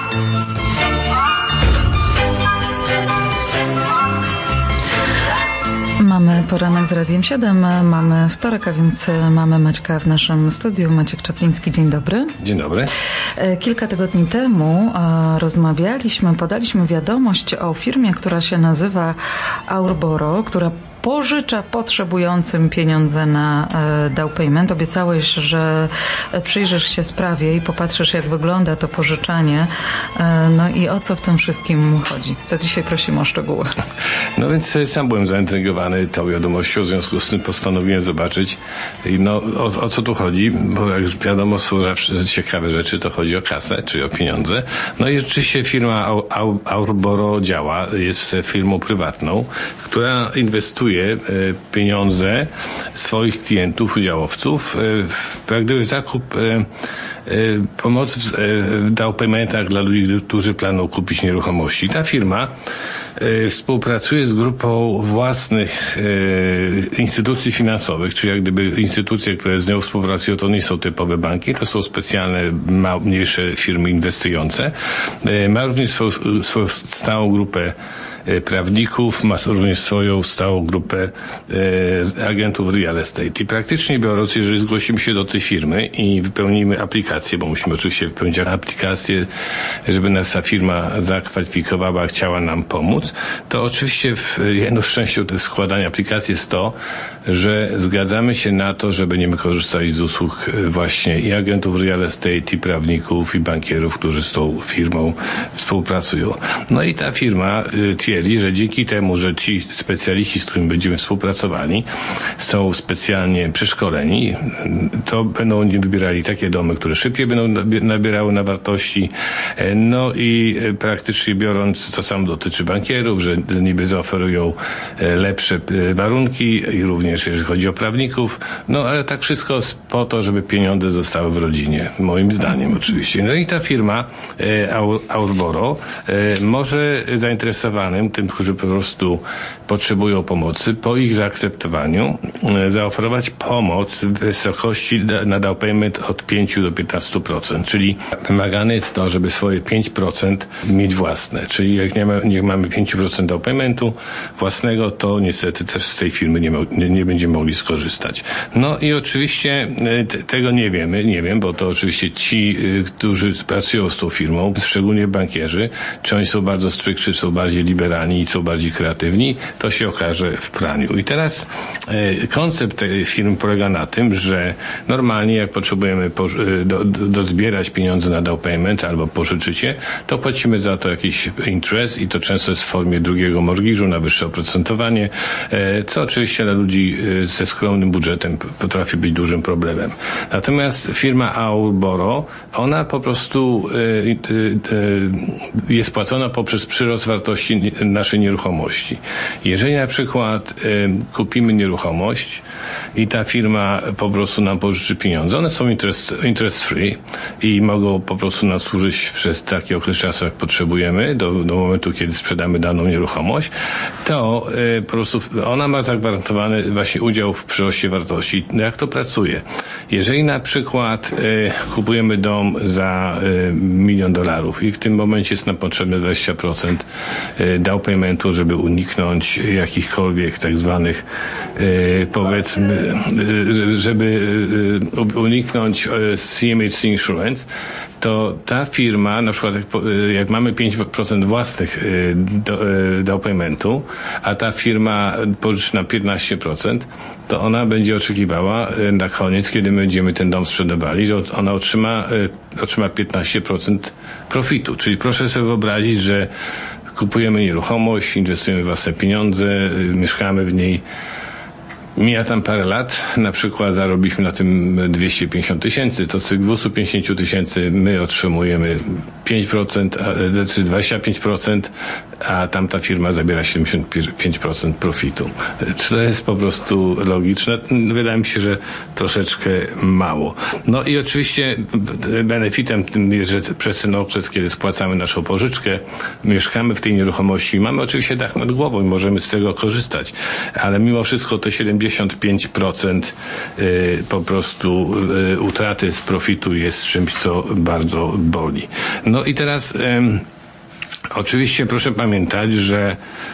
Mamy poranek z Radiem 7, mamy wtorek, a więc mamy Maćka w naszym studiu. Maciek Czapliński, dzień dobry. Dzień dobry. Kilka tygodni temu podaliśmy wiadomość o firmie, która się nazywa Aurboro, która pożycza potrzebującym pieniądze na down payment. Obiecałeś, że przyjrzysz się sprawie i popatrzysz, jak wygląda to pożyczanie. No i o co w tym wszystkim chodzi? To dzisiaj prosimy o szczegóły. No więc sam byłem zaintrygowany tą wiadomością, w związku z tym postanowiłem zobaczyć, o co tu chodzi, bo jak już wiadomo, są zawsze ciekawe rzeczy, to chodzi o kasę, czyli o pieniądze. No i rzeczywiście firma Aurboro działa, jest firmą prywatną, która inwestuje pieniądze swoich klientów, udziałowców jak gdyby zakup pomocy w down paymentach dla ludzi, którzy planują kupić nieruchomości. Ta firma współpracuje z grupą własnych instytucji finansowych, czyli jak gdyby instytucje, które z nią współpracują, to nie są typowe banki, to są specjalne, mniejsze firmy inwestujące. Ma również swoją stałą grupę prawników, ma również swoją stałą grupę agentów real estate. I praktycznie biorąc, jeżeli zgłosimy się do tej firmy i wypełnimy aplikację, bo musimy oczywiście wypełnić aplikację, żeby nas ta firma zakwalifikowała, chciała nam pomóc, to oczywiście jedną z częścią składania aplikacji jest to, że zgadzamy się na to, że będziemy korzystali z usług właśnie i agentów real estate, i prawników, i bankierów, którzy z tą firmą współpracują. No i ta firma twierdzi, że dzięki temu, że ci specjaliści, z którymi będziemy współpracowali, są specjalnie przeszkoleni, to będą oni wybierali takie domy, które szybciej będą nabierały na wartości. No i praktycznie biorąc, to samo dotyczy bankierów, że niby zaoferują lepsze warunki i również jeżeli chodzi o prawników, no ale tak wszystko po to, żeby pieniądze zostały w rodzinie, moim zdaniem oczywiście. No i ta firma Aurboro może zainteresowanym, tym, którzy po prostu potrzebują pomocy, po ich zaakceptowaniu zaoferować pomoc w wysokości na down payment od 5 do 15%, czyli wymagane jest to, żeby swoje 5% mieć własne, czyli jak nie mamy 5% down paymentu własnego, to niestety też z tej firmy nie będziemy mogli skorzystać. No i oczywiście tego nie wiem, bo to oczywiście ci, którzy pracują z tą firmą, szczególnie bankierzy, czy oni są bardzo strict, czy są bardziej liberalni i są bardziej kreatywni, to się okaże w praniu. I teraz koncept tej firmy polega na tym, że normalnie jak potrzebujemy dozbierać pieniądze na down payment albo pożyczyć je, to płacimy za to jakiś interest i to często jest w formie drugiego mortgage'u na wyższe oprocentowanie, co oczywiście dla ludzi ze skromnym budżetem potrafi być dużym problemem. Natomiast firma Aurboro, ona po prostu jest płacona poprzez przyrost wartości naszej nieruchomości. Jeżeli na przykład kupimy nieruchomość i ta firma po prostu nam pożyczy pieniądze, one są interest free i mogą po prostu nam służyć przez taki okres czasu, jak potrzebujemy, do momentu, kiedy sprzedamy daną nieruchomość, to po prostu ona ma zagwarantowany właśnie udział w przyroście wartości. Jak to pracuje? Jeżeli na przykład kupujemy dom za $1 000 000 i w tym momencie jest nam potrzebne 20% down paymentu, żeby uniknąć jakichkolwiek tak zwanych powiedzmy, żeby uniknąć CMHC Insurance, to ta firma, na przykład jak mamy 5% własnych down paymentu, a ta firma pożyczy nam 15%, to ona będzie oczekiwała na koniec, kiedy my będziemy ten dom sprzedawali, że ona otrzyma 15% profitu. Czyli proszę sobie wyobrazić, że kupujemy nieruchomość, inwestujemy własne pieniądze, mieszkamy w niej. Mija tam parę lat, na przykład zarobiliśmy na tym 250 000, to z tych 250 000 my otrzymujemy 5%, czy 25%, a tamta firma zabiera 75% profitu. Czy to jest po prostu logiczne? Wydaje mi się, że troszeczkę mało. No i oczywiście benefitem tym jest, że przez ten okres, kiedy spłacamy naszą pożyczkę, mieszkamy w tej nieruchomości, mamy oczywiście dach nad głową i możemy z tego korzystać, ale mimo wszystko to 75% po prostu utraty z profitu jest czymś, co bardzo boli. No i teraz oczywiście proszę pamiętać, że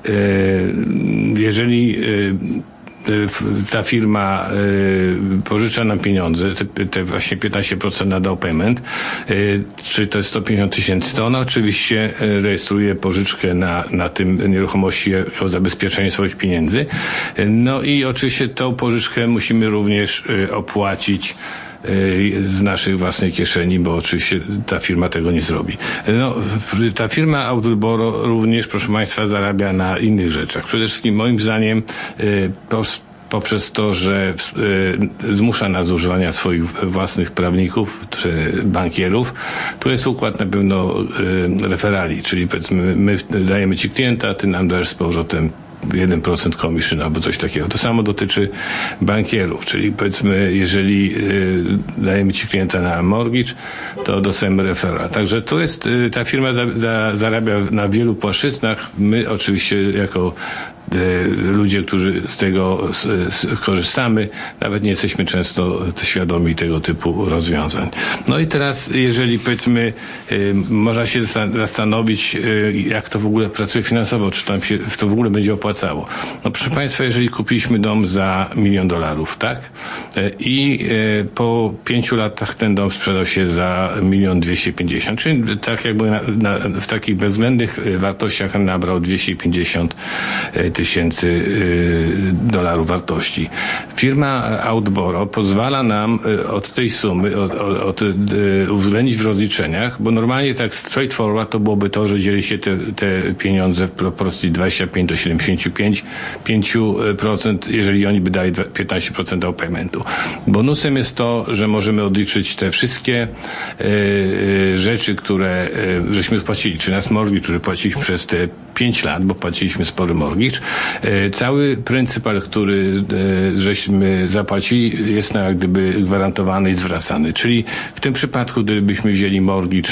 jeżeli ta firma pożycza nam pieniądze, te właśnie 15% na down payment, czyli to jest 150 tysięcy, to ona oczywiście rejestruje pożyczkę na tym nieruchomości jako zabezpieczenie swoich pieniędzy. No i oczywiście tą pożyczkę musimy również opłacić z naszych własnej kieszeni, bo oczywiście ta firma tego nie zrobi. No, ta firma Aurboro również, proszę Państwa, zarabia na innych rzeczach. Przede wszystkim moim zdaniem poprzez to, że zmusza nas do używania swoich własnych prawników czy bankierów. Tu jest układ na pewno referali, czyli powiedzmy my dajemy Ci klienta, Ty nam dajesz z powrotem 1% commission albo coś takiego. To samo dotyczy bankierów, czyli powiedzmy, jeżeli dajemy Ci klienta na mortgage, to dostajemy referral. Także tu jest, ta firma zarabia na wielu płaszczyznach. My oczywiście jako ludzie, którzy z tego korzystamy, nawet nie jesteśmy często świadomi tego typu rozwiązań. No i teraz, jeżeli powiedzmy, można się zastanowić, jak to w ogóle pracuje finansowo, czy tam się to w ogóle będzie opłacało. No proszę Państwa, jeżeli kupiliśmy dom za $1 milion, tak? I po 5 latach ten dom sprzedał się za $1,250,000, czyli tak jakby w takich bezwzględnych wartościach nabrał $250,000 wartości. Firma Aurboro pozwala nam od tej sumy uwzględnić w rozliczeniach, bo normalnie tak straightforward to byłoby to, że dzieli się te pieniądze w proporcji 25 do 75%, jeżeli oni by dali 15% down paymentu. Bonusem jest to, że możemy odliczyć te wszystkie rzeczy, które żeśmy spłacili, czy nas mortgage, który płaciliśmy przez te 5 lat, bo płaciliśmy spory mortgage. Cały pryncypal, który żeśmy zapłacili, jest jak gdyby gwarantowany i zwracany. Czyli w tym przypadku, gdybyśmy wzięli mortgage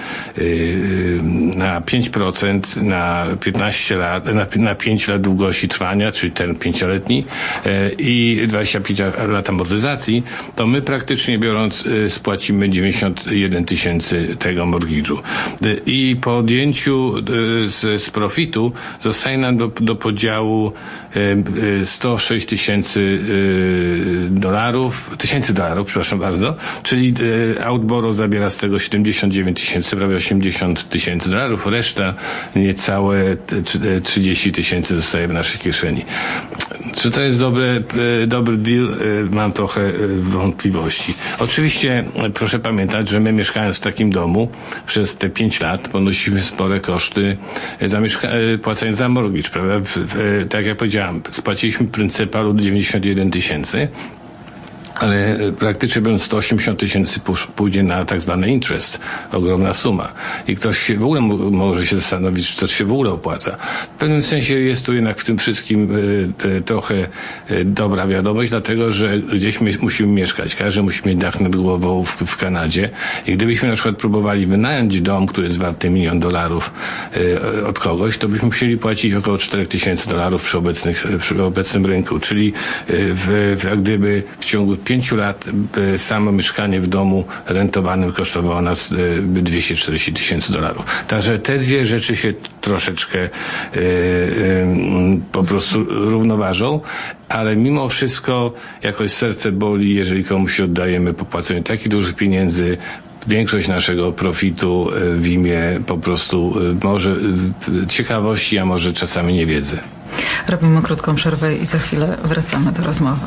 na 5%, na 15 lat, na 5 lat długości trwania, czyli ten 5-letni i 25 lat amortyzacji, to my praktycznie biorąc spłacimy 91 tysięcy tego mortgage'u. I po odjęciu z profitu zostaje nam do podziału 106 tysięcy dolarów, przepraszam bardzo, czyli Aurboro zabiera z tego 79 tysięcy, prawie 80 tysięcy dolarów, reszta niecałe 30 tysięcy zostaje w naszej kieszeni. Czy to jest dobry deal? Mam trochę wątpliwości. Oczywiście proszę pamiętać, że my mieszkając w takim domu przez te 5 lat ponosimy spore koszty płacąc za mortgage, prawda? Tak jak powiedziałem, spłaciliśmy pryncypalu 91 tysięcy, ale praktycznie biorąc 180 tysięcy pójdzie na tak zwany interest. Ogromna suma. I ktoś się w ogóle może się zastanowić, czy to się w ogóle opłaca. W pewnym sensie jest tu jednak w tym wszystkim trochę dobra wiadomość, dlatego że gdzieś my musimy mieszkać. Każdy musi mieć dach nad głową w Kanadzie. I gdybyśmy na przykład próbowali wynająć dom, który jest warty $1 milion od kogoś, to byśmy musieli płacić około $4,000 przy obecnym rynku. Czyli jak gdyby w ciągu 5 lat samo mieszkanie w domu rentowanym kosztowało nas $240 tysięcy. Także te dwie rzeczy się troszeczkę po prostu równoważą, ale mimo wszystko jakoś serce boli, jeżeli komuś oddajemy po płaceniu takich dużych pieniędzy większość naszego profitu w imię po prostu może ciekawości, a może czasami niewiedzy. Robimy krótką przerwę i za chwilę wracamy do rozmowy.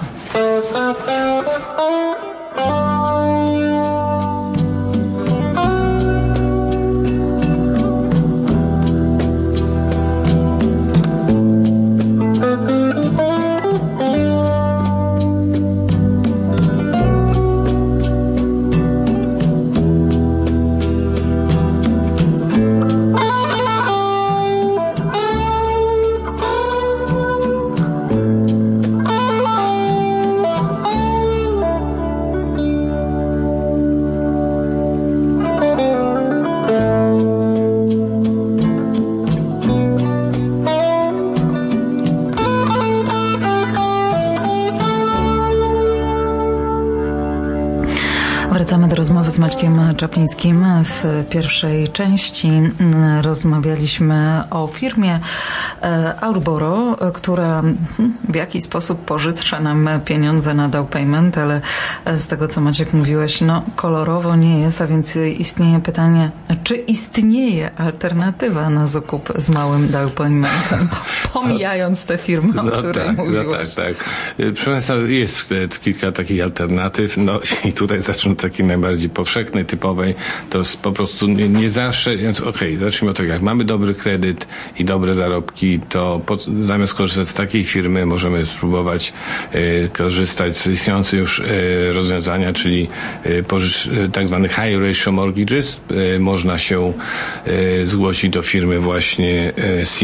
Maćkiem Czaplińskim. W pierwszej części rozmawialiśmy o firmie Aurboro, która w jakiś sposób pożycza nam pieniądze na down payment, ale z tego, co Maciek mówiłeś, kolorowo nie jest, a więc istnieje pytanie, czy istnieje alternatywa na zakup z małym down paymentem, pomijając tę firmę, o której mówiłeś. Tak. Proszę Państwa, jest kilka takich alternatyw, i tutaj zacznę od takiej najbardziej powszechnej, typowej, to jest po prostu nie zawsze, więc zacznijmy od tego, jak mamy dobry kredyt i dobre zarobki, to zamiast korzystać z takiej firmy, możemy spróbować korzystać z istniejących już rozwiązania, czyli tak zwanych high ratio mortgages. Można się zgłosić do firmy właśnie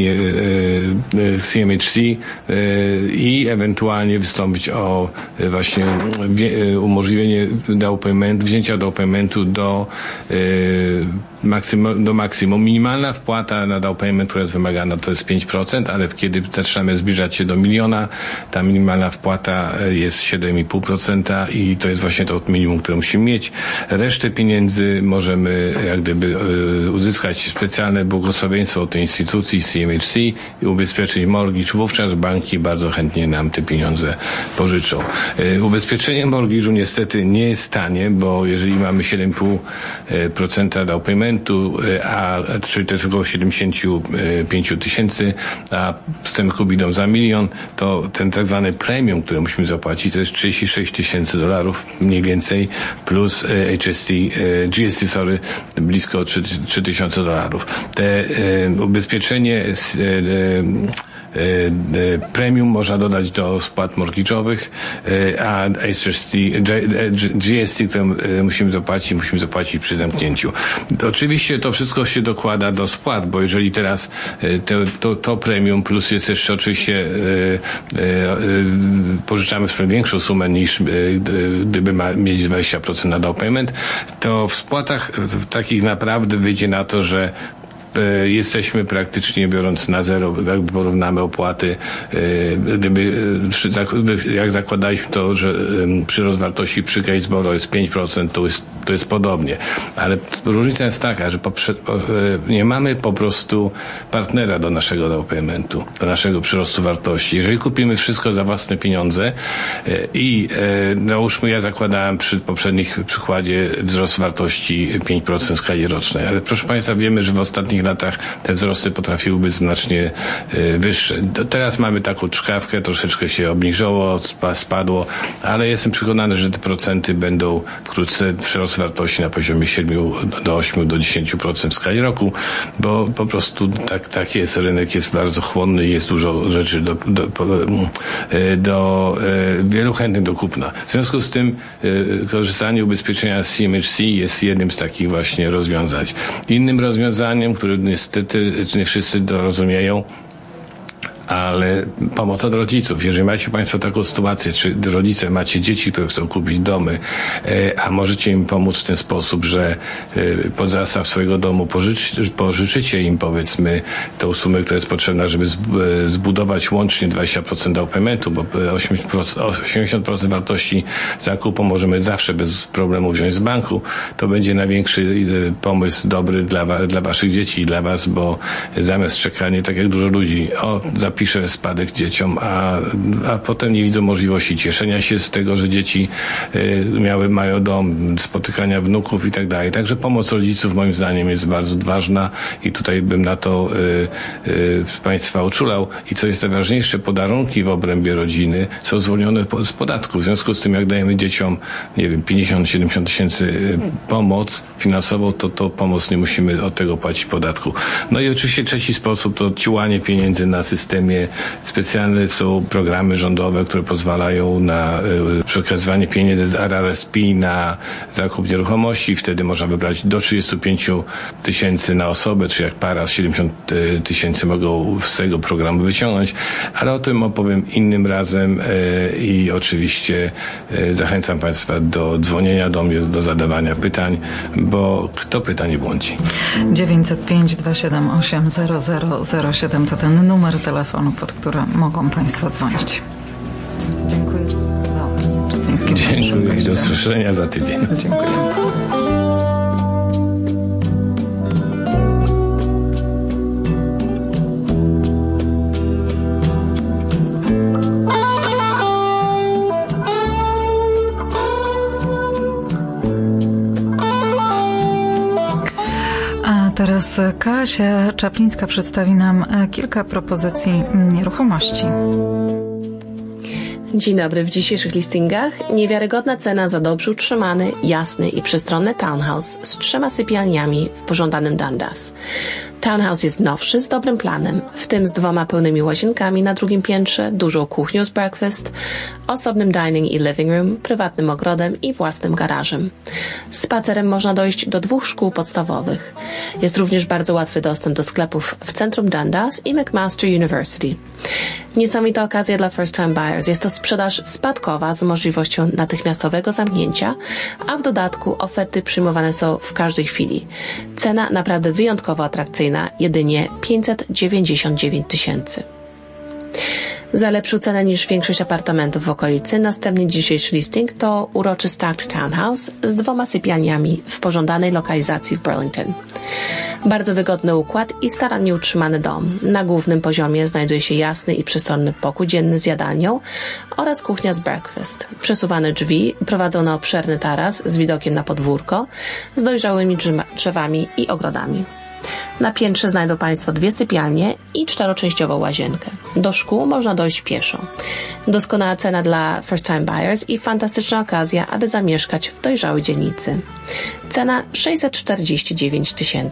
CMHC i ewentualnie wystąpić o właśnie umożliwienie wzięcia down paymentu do maksimum. Minimalna wpłata na down payment, która jest wymagana, to jest 5%, ale kiedy zaczynamy zbliżać się do 1 miliona, ta minimalna wpłata jest 7,5% i to jest właśnie to minimum, które musimy mieć. Resztę pieniędzy możemy jak gdyby uzyskać specjalne błogosławieństwo od tej instytucji CMHC i ubezpieczyć mortgage. Wówczas banki bardzo chętnie nam te pieniądze pożyczą. Ubezpieczenie mortgage'u niestety nie jest tanie, bo jeżeli mamy 7,5% down paymentu, czyli to jest około 75 000, a wstęp idą za 1 milion, to ten tak zwany premium, które musimy zapłacić, to jest $36,000 mniej więcej, plus GST, blisko $3,000. Te ubezpieczenie premium można dodać do spłat mortgage'owych, a GST, które musimy zapłacić przy zamknięciu. Oczywiście to wszystko się dokłada do spłat, bo jeżeli teraz to premium plus jest jeszcze oczywiście pożyczamy w większą sumę niż gdyby mieć 20% na down payment, to w spłatach takich naprawdę wyjdzie na to, że jesteśmy praktycznie biorąc na zero, jakby porównamy opłaty, jak zakładaliśmy to, że przyrost wartości przy Gatesboro jest 5%, to jest podobnie. Ale różnica jest taka, że nie mamy po prostu partnera do naszego down paymentu, do naszego przyrostu wartości. Jeżeli kupimy wszystko za własne pieniądze i załóżmy, ja zakładałem przy poprzednich przykładzie wzrost wartości 5% w skali rocznej, ale proszę Państwa, wiemy, że w ostatnich latach te wzrosty potrafiły być znacznie wyższe. Do teraz mamy taką czkawkę, troszeczkę się obniżyło, spadło, ale jestem przekonany, że te procenty będą wkrótce przyrost wartości na poziomie 7 do 8 do 10% w skali roku, bo po prostu tak jest, rynek jest bardzo chłonny i jest dużo rzeczy do wielu chętnych do kupna. W związku z tym korzystanie ubezpieczenia z CMHC jest jednym z takich właśnie rozwiązań. Innym rozwiązaniem, które niestety nie wszyscy rozumieją, ale pomoc od rodziców. Jeżeli macie Państwo taką sytuację, czy rodzice macie dzieci, które chcą kupić domy, a możecie im pomóc w ten sposób, że pod zastaw swojego domu pożyczycie im, powiedzmy, tą sumę, która jest potrzebna, żeby zbudować łącznie 20% down paymentu, bo 80% wartości zakupu możemy zawsze bez problemu wziąć z banku, to będzie największy pomysł dobry dla Waszych dzieci i dla Was, bo zamiast czekania, tak jak dużo ludzi, zapiszę spadek dzieciom, a potem nie widzą możliwości cieszenia się z tego, że dzieci mają dom, spotykania wnuków i tak dalej. Także pomoc rodziców moim zdaniem jest bardzo ważna i tutaj bym na to Państwa uczulał. I co jest najważniejsze, podarunki w obrębie rodziny są zwolnione z podatku. W związku z tym, jak dajemy dzieciom, 50-70 tysięcy pomoc finansową, to pomoc nie musimy od tego płacić podatku. No i oczywiście trzeci sposób to ciułanie pieniędzy na systemie. Specjalne są programy rządowe, które pozwalają na przekazywanie pieniędzy z RRSP na zakup nieruchomości. Wtedy można wybrać do 35 tysięcy na osobę, czy jak para 70 tysięcy mogą z tego programu wyciągnąć, ale o tym opowiem innym razem i oczywiście zachęcam Państwa do dzwonienia do mnie, do zadawania pytań, bo kto pyta, nie błądzi. 905 278 0007 to ten numer telefonu, pod który mogą Państwo dzwonić. Dziękuję za uwagę. Dziękuję i do usłyszenia za tydzień. Dziękuję. teraz Kasia Czaplińska przedstawi nam kilka propozycji nieruchomości. Dzień dobry. W dzisiejszych listingach niewiarygodna cena za dobrze utrzymany, jasny i przestronny townhouse z 3 sypialniami w pożądanym Dundas. Townhouse jest nowszy, z dobrym planem, w tym z 2 pełnymi łazienkami na drugim piętrze, dużą kuchnią z breakfast, osobnym dining i living room, prywatnym ogrodem i własnym garażem. Spacerem można dojść do 2 szkół podstawowych. Jest również bardzo łatwy dostęp do sklepów w centrum Dundas i McMaster University. Niesamowita okazja dla first-time buyers. Jest to sprzedaż spadkowa z możliwością natychmiastowego zamknięcia, a w dodatku oferty przyjmowane są w każdej chwili. Cena naprawdę wyjątkowo atrakcyjna, jedynie 599 000. Za lepszą cenę niż większość apartamentów w okolicy, następny dzisiejszy listing to uroczy Stacked Townhouse z 2 sypialniami w pożądanej lokalizacji w Burlington. Bardzo wygodny układ i starannie utrzymany dom. Na głównym poziomie znajduje się jasny i przestronny pokój dzienny z jadalnią oraz kuchnia z breakfast. Przesuwane drzwi prowadzą na obszerny taras z widokiem na podwórko, z dojrzałymi drzewami i ogrodami. Na piętrze znajdą Państwo 2 sypialnie i 4-częściową łazienkę. Do szkół można dojść pieszo. Doskonała cena dla first-time buyers i fantastyczna okazja, aby zamieszkać w dojrzałej dzielnicy. Cena 649 000.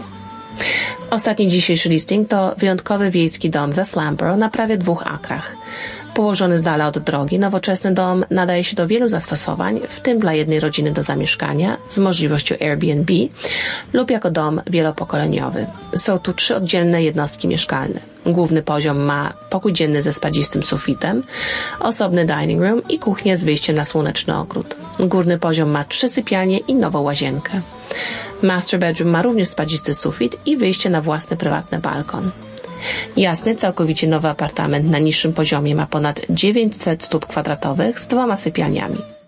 Ostatni dzisiejszy listing to wyjątkowy wiejski dom we Flamborough na prawie 2 akrach. Położony z dala od drogi, nowoczesny dom nadaje się do wielu zastosowań, w tym dla jednej rodziny do zamieszkania z możliwością Airbnb lub jako dom wielopokoleniowy. Są tu 3 oddzielne jednostki mieszkalne. Główny poziom ma pokój dzienny ze spadzistym sufitem, osobny dining room i kuchnię z wyjściem na słoneczny ogród. Górny poziom ma 3 sypialnie i nową łazienkę. Master bedroom ma również spadzisty sufit i wyjście na własny prywatny balkon. Jasny, całkowicie nowy apartament na niższym poziomie ma ponad 900 stóp kwadratowych z 2 sypialniami.